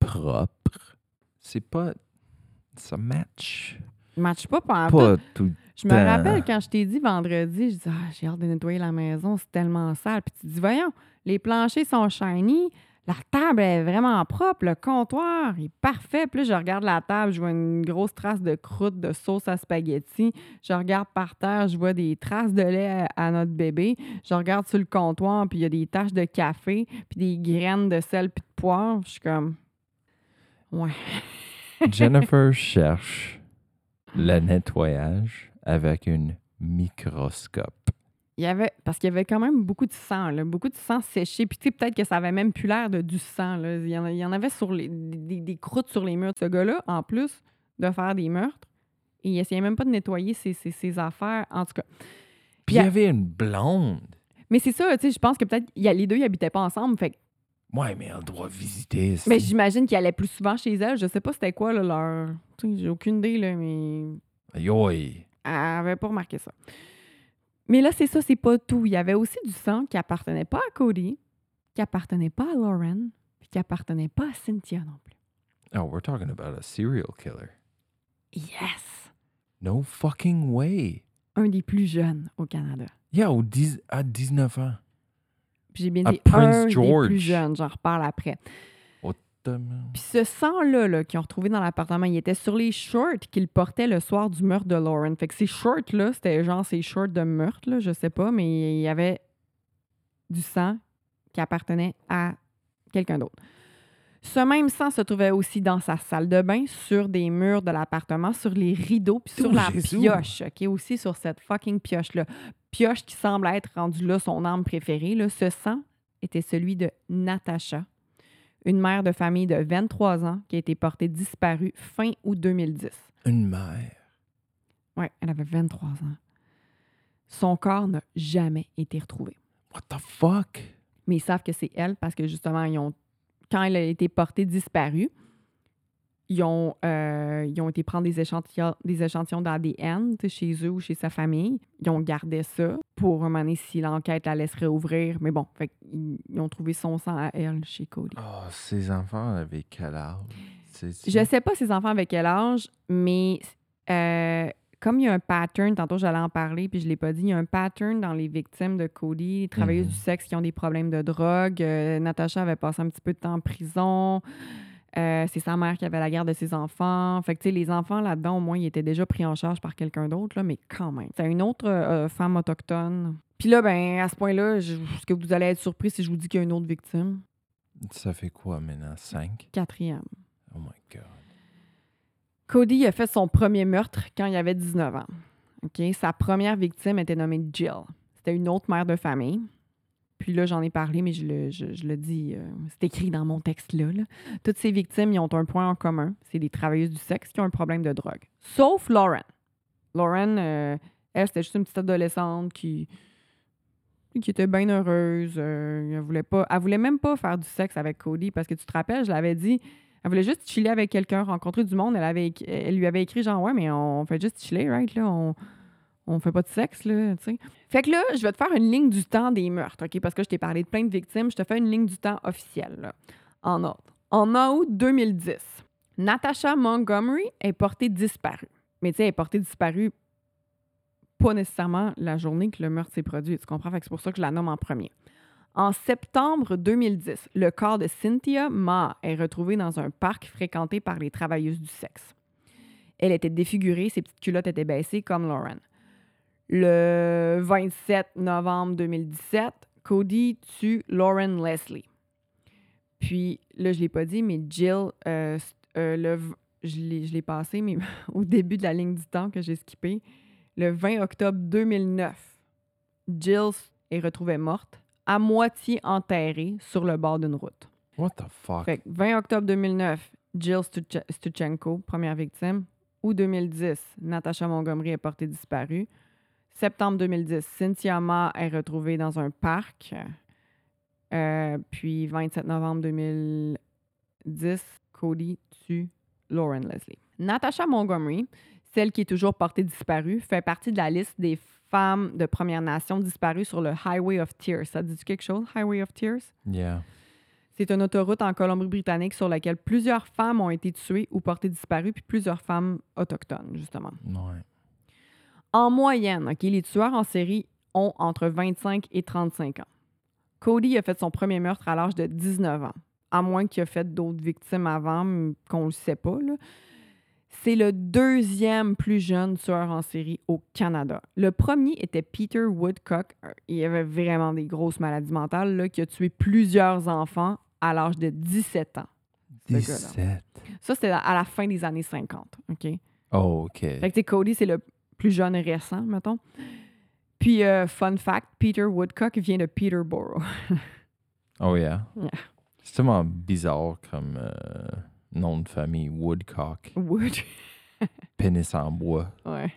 propre, c'est pas... Ça match Match pas pendant pas tout. Je me rappelle quand je t'ai dit vendredi, je dis ah, j'ai hâte de nettoyer la maison, c'est tellement sale. Puis tu dis voyons, les planchers sont shiny, la table est vraiment propre, le comptoir est parfait. Puis là, je regarde la table, je vois une grosse trace de croûte de sauce à spaghetti. Je regarde par terre, je vois des traces de lait à, à notre bébé. Je regarde sur le comptoir, puis il y a des taches de café, puis des graines de sel puis de poivre. Je suis comme ouais. Jennifer cherche le nettoyage avec un microscope. Il y avait, parce qu'il y avait quand même beaucoup de sang, là, beaucoup de sang séché. Puis tu sais, peut-être que ça avait même plus l'air de du sang. Là. Il, y en, il y en avait sur les, des, des croûtes sur les murs. Ce gars-là, en plus de faire des meurtres, il essayait même pas de nettoyer ses, ses, ses affaires, en tout cas. Puis il y avait une blonde. Mais c'est ça, tu sais, je pense que peut-être il y a, les deux, ils habitaient pas ensemble. Fait que- Ouais, mais elle doit visiter. mais j'imagine qu'il allait plus souvent chez elle. Je sais pas c'était quoi là, leur... Tu sais, j'ai aucune idée, là, mais Aïe. elle avait pas remarqué ça. Mais là, c'est ça, c'est pas tout. Il y avait aussi du sang qui appartenait pas à Cody, qui appartenait pas à Lauren, puis qui appartenait pas à Cynthia non plus. Oh, we're talking about a serial killer. Yes! No fucking way. Un des plus jeunes au Canada. Yeah, au dix, à dix-neuf ans. Puis j'ai bien À dit Prince un George. des plus jeunes, j'en reparle après. What the man? Puis ce sang-là là, qu'ils ont retrouvé dans l'appartement, il était sur les shorts qu'il portait le soir du meurtre de Lauren. Fait que ces shorts-là, c'était genre ces shorts de meurtre, là, je sais pas, mais il y avait du sang qui appartenait à quelqu'un d'autre. Ce même sang se trouvait aussi dans sa salle de bain, sur des murs de l'appartement, sur les rideaux, puis sur Oh, la Jésus. pioche, OK? Aussi sur cette fucking pioche-là. Pioche qui semble être rendue là son arme préférée. Là. Ce sang était celui de Natasha, une mère de famille de vingt-trois ans qui a été portée disparue fin août deux mille dix. Une mère. Oui, elle avait vingt-trois ans. Son corps n'a jamais été retrouvé. What the fuck? Mais ils savent que c'est elle parce que justement, ils ont, quand elle a été portée disparue, ils ont, euh, ils ont été prendre des échantillons, des échantillons d'A D N chez eux ou chez sa famille. Ils ont gardé ça pour un moment donné si l'enquête la laisse réouvrir. Mais bon, fait, ils, ils ont trouvé son sang à elle chez Cody. Oh, ses enfants avaient quel âge? C'est-tu? Je sais pas ses enfants avec quel âge, mais euh, comme il y a un pattern, tantôt j'allais en parler puis je l'ai pas dit, il y a un pattern dans les victimes de Cody, les travailleuses Mhm. du sexe qui ont des problèmes de drogue. Euh, Natasha avait passé un petit peu de temps en prison. Euh, c'est sa mère qui avait la garde de ses enfants. Fait que, tu sais, les enfants là-dedans, au moins, ils étaient déjà pris en charge par quelqu'un d'autre, là, mais quand même. C'est une autre euh, femme autochtone. Puis là, ben, à ce point-là, je- est-ce que vous allez être surpris si je vous dis qu'il y a une autre victime? Ça fait quoi maintenant? Cinq? Quatrième. Oh my God. Cody a fait son premier meurtre quand il avait dix-neuf ans. OK? Sa première victime était nommée Jill. C'était une autre mère de famille. Puis là, j'en ai parlé, mais je le, je, je le dis, euh, c'est écrit dans mon texte-là. Là. Toutes ces victimes, ils ont un point en commun. C'est des travailleuses du sexe qui ont un problème de drogue. Sauf Lauren. Lauren, euh, elle, c'était juste une petite adolescente qui, qui était bien heureuse. Euh, elle voulait pas, elle voulait même pas faire du sexe avec Cody parce que tu te rappelles, je l'avais dit, elle voulait juste chiller avec quelqu'un, rencontrer du monde. Elle, avait, elle lui avait écrit genre, ouais, mais on fait juste chiller, right? Là, on, on fait pas de sexe, là, tu sais. Fait que là, je vais te faire une ligne du temps des meurtres, OK? Parce que je t'ai parlé de plein de victimes. Je te fais une ligne du temps officielle, là, en ordre. En août deux mille dix, Natasha Montgomery est portée disparue. Mais tu sais, elle est portée disparue pas nécessairement la journée que le meurtre s'est produit. Tu comprends? Fait que c'est pour ça que je la nomme en premier. En septembre deux mille dix, le corps de Cynthia Ma est retrouvé dans un parc fréquenté par les travailleuses du sexe. Elle était défigurée, ses petites culottes étaient baissées comme Lauren. Le vingt-sept novembre deux mille dix-sept, Cody tue Lauren Leslie. Puis, là, je ne l'ai pas dit, mais Jill, euh, euh, le, je l'ai, je l'ai passé, mais au début de la ligne du temps que j'ai skippé, le vingt octobre deux mille neuf, Jill est retrouvée morte, à moitié enterrée sur le bord d'une route. What the fuck? Fait que vingt octobre deux mille neuf, Jill Stuch- Stuchenko, première victime. Août deux mille dix, Natasha Montgomery est portée disparue. Septembre deux mille dix, Cynthia Ma est retrouvée dans un parc. Euh, puis vingt-sept novembre deux mille dix, Cody tue Lauren Leslie. Natasha Montgomery, celle qui est toujours portée disparue, fait partie de la liste des femmes de Première Nation disparues sur le Highway of Tears. Ça dit quelque chose, Highway of Tears? Yeah. C'est une autoroute en Colombie-Britannique sur laquelle plusieurs femmes ont été tuées ou portées disparues, puis plusieurs femmes autochtones, justement. Ouais. En moyenne, OK, les tueurs en série ont entre vingt-cinq et trente-cinq ans. Cody a fait son premier meurtre à l'âge de dix-neuf ans, à moins qu'il ait fait d'autres victimes avant, mais qu'on ne le sait pas, là. C'est le deuxième plus jeune tueur en série au Canada. Le premier était Peter Woodcock. Il avait vraiment des grosses maladies mentales, là, qui a tué plusieurs enfants à l'âge de dix-sept ans. dix-sept. Ça, c'était à la fin des années cinquante. OK? Oh, OK. Fait que, tu sais, Cody, c'est le plus jeune récent, mettons. Puis, euh, fun fact, Peter Woodcock vient de Peterborough. Oh, yeah. Yeah. C'est tellement bizarre comme euh, nom de famille. Woodcock. Wood. Pénis en bois. Ouais.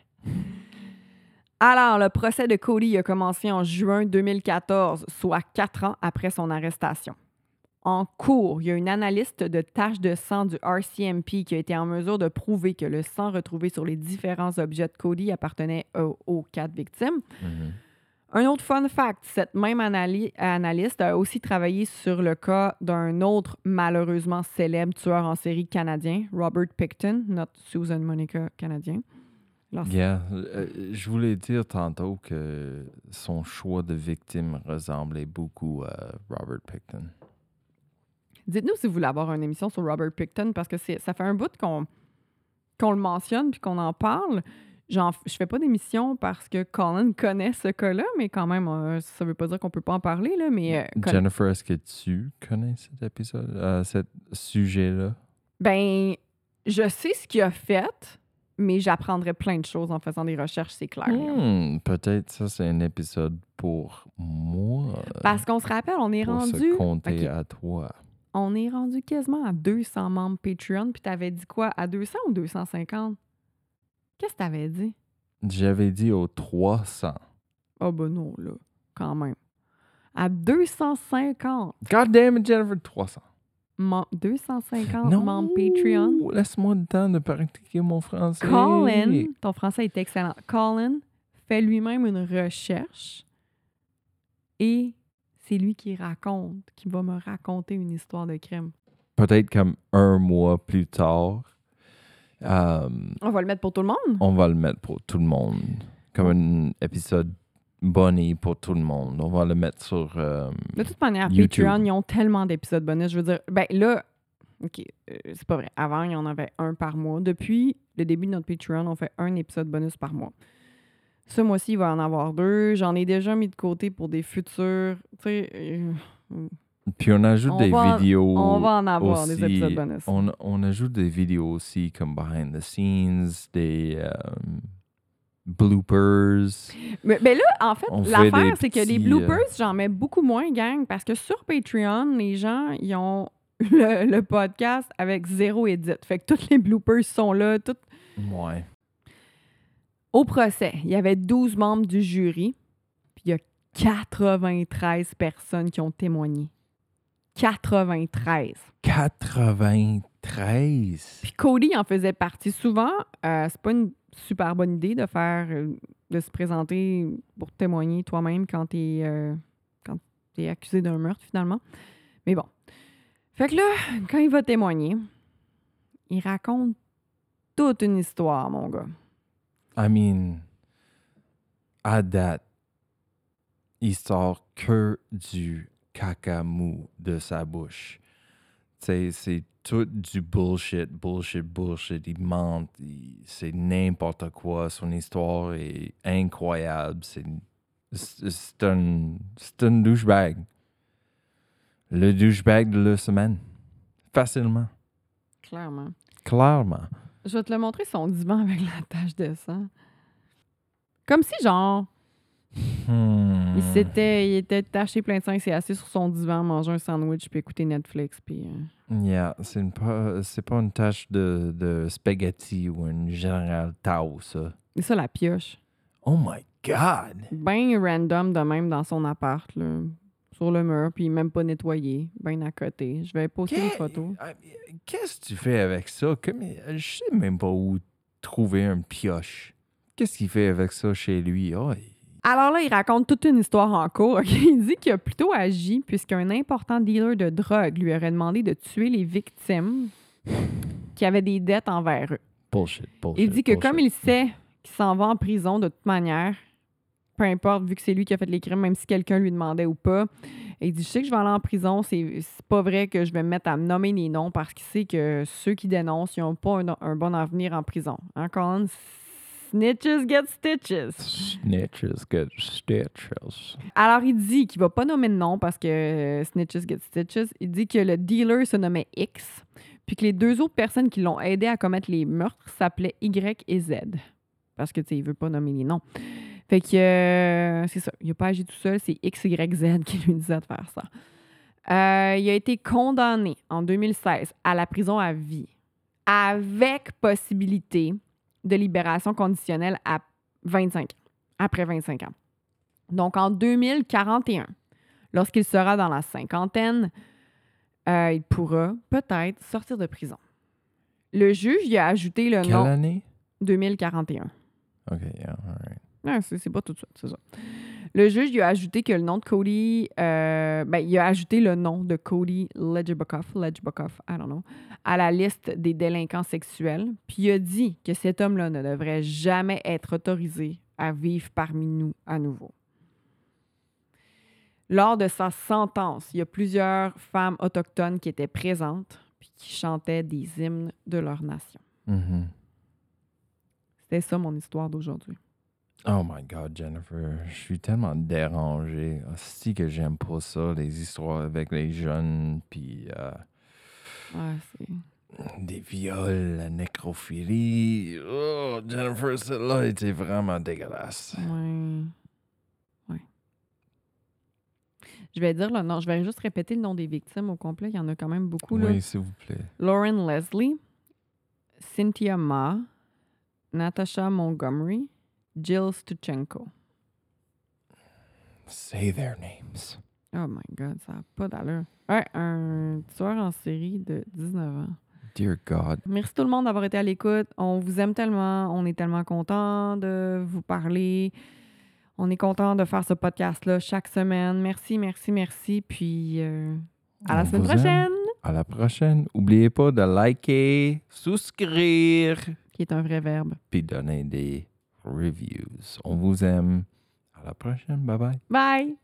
Alors, le procès de Cody a commencé en juin deux mille quatorze, soit quatre ans après son arrestation. En cours, il y a une analyste de taches de sang du R C M P qui a été en mesure de prouver que le sang retrouvé sur les différents objets de Cody appartenait aux, aux quatre victimes. Mm-hmm. Un autre fun fact, cette même anali- analyste a aussi travaillé sur le cas d'un autre malheureusement célèbre tueur en série canadien, Robert Pickton, notre Susan Monica canadien. Alors, Yeah. Euh, je voulais dire tantôt que son choix de victime ressemblait beaucoup à Robert Pickton. dites-nous si vous voulez avoir une émission sur Robert Pickton, parce que c'est, ça fait un bout qu'on, qu'on le mentionne puis qu'on en parle. J'en, je fais pas d'émission parce que Colin connaît ce cas-là, mais quand même, euh, ça veut pas dire qu'on peut pas en parler, là, mais... euh, Colin- Jennifer, est-ce que tu connais cet épisode, euh, ce sujet-là? Ben, je sais ce qu'il a fait, mais j'apprendrai plein de choses en faisant des recherches, c'est clair. là. Hmm, peut-être ça, c'est un épisode pour moi. Parce qu'on se rappelle, on est pour rendu... se compter Ok. à toi. On est rendu quasiment à deux cents membres Patreon, puis t'avais dit quoi? À deux cents ou deux cent cinquante? Qu'est-ce que t'avais dit? J'avais dit aux trois cents. Ah ben non, là, quand même. À deux cent cinquante, God damn it, Jennifer, trois cents. mem- deux cent cinquante Non, membres Patreon. laisse-moi le temps de pratiquer mon français. Colin, ton français est excellent. Colin fait lui-même une recherche et c'est lui qui raconte, qui va me raconter une histoire de crime. Peut-être comme un mois plus tard, euh, On va le mettre pour tout le monde? on va le mettre pour tout le monde. Comme un épisode bonus pour tout le monde. On va le mettre sur... euh, De toute manière, YouTube. Patreon, ils ont tellement d'épisodes bonus. Je veux dire, ben là, OK, euh, c'est pas vrai. Avant, il y en avait un par mois. Depuis le début de notre Patreon, on fait un épisode bonus par mois. Ce mois-ci, il va en avoir deux. J'en ai déjà mis de côté pour des futurs. Tu sais, euh, Puis on ajoute On des va- vidéos on va en avoir aussi. des épisodes bonus. On, on ajoute des vidéos aussi comme behind the scenes, des euh, bloopers. Mais, mais là, en fait, On fait l'affaire, des c'est que les petits, bloopers, euh, j'en mets beaucoup moins, gang, parce que sur Patreon, les gens, ils ont le, le podcast avec zéro edit. Fait que tous les bloopers sont là. Tout... Ouais. Au procès, il y avait douze membres du jury, puis il y a quatre-vingt-treize personnes qui ont témoigné. quatre-vingt-treize. quatre-vingt-treize. Puis Cody en faisait partie. Souvent, euh, c'est pas une super bonne idée de faire, euh, de se présenter pour témoigner toi-même quand t'es euh, quand t'es accusé d'un meurtre, finalement. Mais bon. Fait que là, quand il va témoigner, il raconte toute une histoire, mon gars. I mean, à date, il sort que du caca mou de sa bouche. Tu sais, c'est tout du bullshit, bullshit, bullshit. Il ment, il- c'est n'importe quoi. Son histoire est incroyable. C'est, c'est c'est un, c'est un douchebag. Le douchebag de la semaine. Facilement. Clairement. Clairement. Je vais te le montrer, son divan avec la tache de sang. Comme si, genre, Hmm. il s'était il était taché plein de sang, il s'est assis sur son divan, manger un sandwich, puis écouter Netflix, puis... euh, Yeah, c'est une pas, c'est pas une tâche de, de spaghetti ou une générale Tao, ça. C'est ça, la pioche. Oh my God! Ben random de même dans son appart, là, sur le mur, puis même pas nettoyé, ben à côté. Je vais poster des Qu'est- photos. ah, Qu'est-ce que tu fais avec ça? Comme, je sais même pas où trouver un pioche. Qu'est-ce qu'il fait avec ça chez lui? Oh, il- Alors là, il raconte toute une histoire en cours. ok? Il dit qu'il a plutôt agi puisqu'un important dealer de drogue lui aurait demandé de tuer les victimes qui avaient des dettes envers eux. bullshit, bullshit. Il dit que bullshit. comme il sait qu'il s'en va en prison de toute manière. Peu importe, vu que c'est lui qui a fait les crimes, même si quelqu'un lui demandait ou pas. Et il dit, je sais que je vais aller en prison, c'est, c'est pas vrai que je vais me mettre à me nommer les noms parce qu'il sait que ceux qui dénoncent, ils n'ont pas un, un bon avenir en prison. Hein, Colin? Snitches get stitches. Snitches get stitches. Alors, il dit qu'il va pas nommer de nom parce que euh, snitches get stitches. Il dit que le dealer se nommait X, puis que les deux autres personnes qui l'ont aidé à commettre les meurtres s'appelaient Y et Z. Parce que, tu sais, il veut pas nommer les noms. Fait que, euh, c'est ça. Il n'a pas agi tout seul. C'est X, Y, Z qui lui disait de faire ça. Euh, il a été condamné en deux mille seize à la prison à vie, avec possibilité de libération conditionnelle à vingt-cinq ans, après vingt-cinq ans. Donc, en deux mille quarante et un, lorsqu'il sera dans la cinquantaine, euh, il pourra peut-être sortir de prison. Le juge y a ajouté le Quelle nom... année? deux mille quarante et un. OK, yeah, all right. Non, c'est, c'est pas tout de suite, c'est ça. Le juge lui a ajouté que le nom de Cody... Euh, ben, il a ajouté le nom de Cody Ledgerbukoff, Ledgerbukoff, I don't know, à la liste des délinquants sexuels. Puis il a dit que cet homme-là ne devrait jamais être autorisé à vivre parmi nous à nouveau. Lors de sa sentence, il y a plusieurs femmes autochtones qui étaient présentes puis qui chantaient des hymnes de leur nation. Mm-hmm. C'était ça mon histoire d'aujourd'hui. Oh my God, Jennifer, je suis tellement dérangé. Si que j'aime pas ça, les histoires avec les jeunes, puis euh, Ouais, c'est... des viols, la nécrophilie. Oh, Jennifer, celle-là était vraiment dégueulasse. Ouais. Ouais. Je vais dire le nom. Je vais juste répéter le nom des victimes au complet. Il y en a quand même beaucoup. Oui, Là. s'il vous plaît. Lauren Leslie, Cynthia Ma, Natasha Montgomery, Jill Stuchenko. Say their names. Oh my God, ça n'a pas d'allure. Ouais, un tueur en série de dix-neuf ans. Dear God. Merci tout le monde d'avoir été à l'écoute. On vous aime tellement. On est tellement content de vous parler. On est content de faire ce podcast-là chaque semaine. Merci, merci, merci. Puis euh, à la On semaine vous prochaine. aime. À la prochaine. N'oubliez pas de liker, souscrire, Qui est un vrai verbe. puis donner des reviews. On vous aime. À la prochaine. Bye bye. Bye!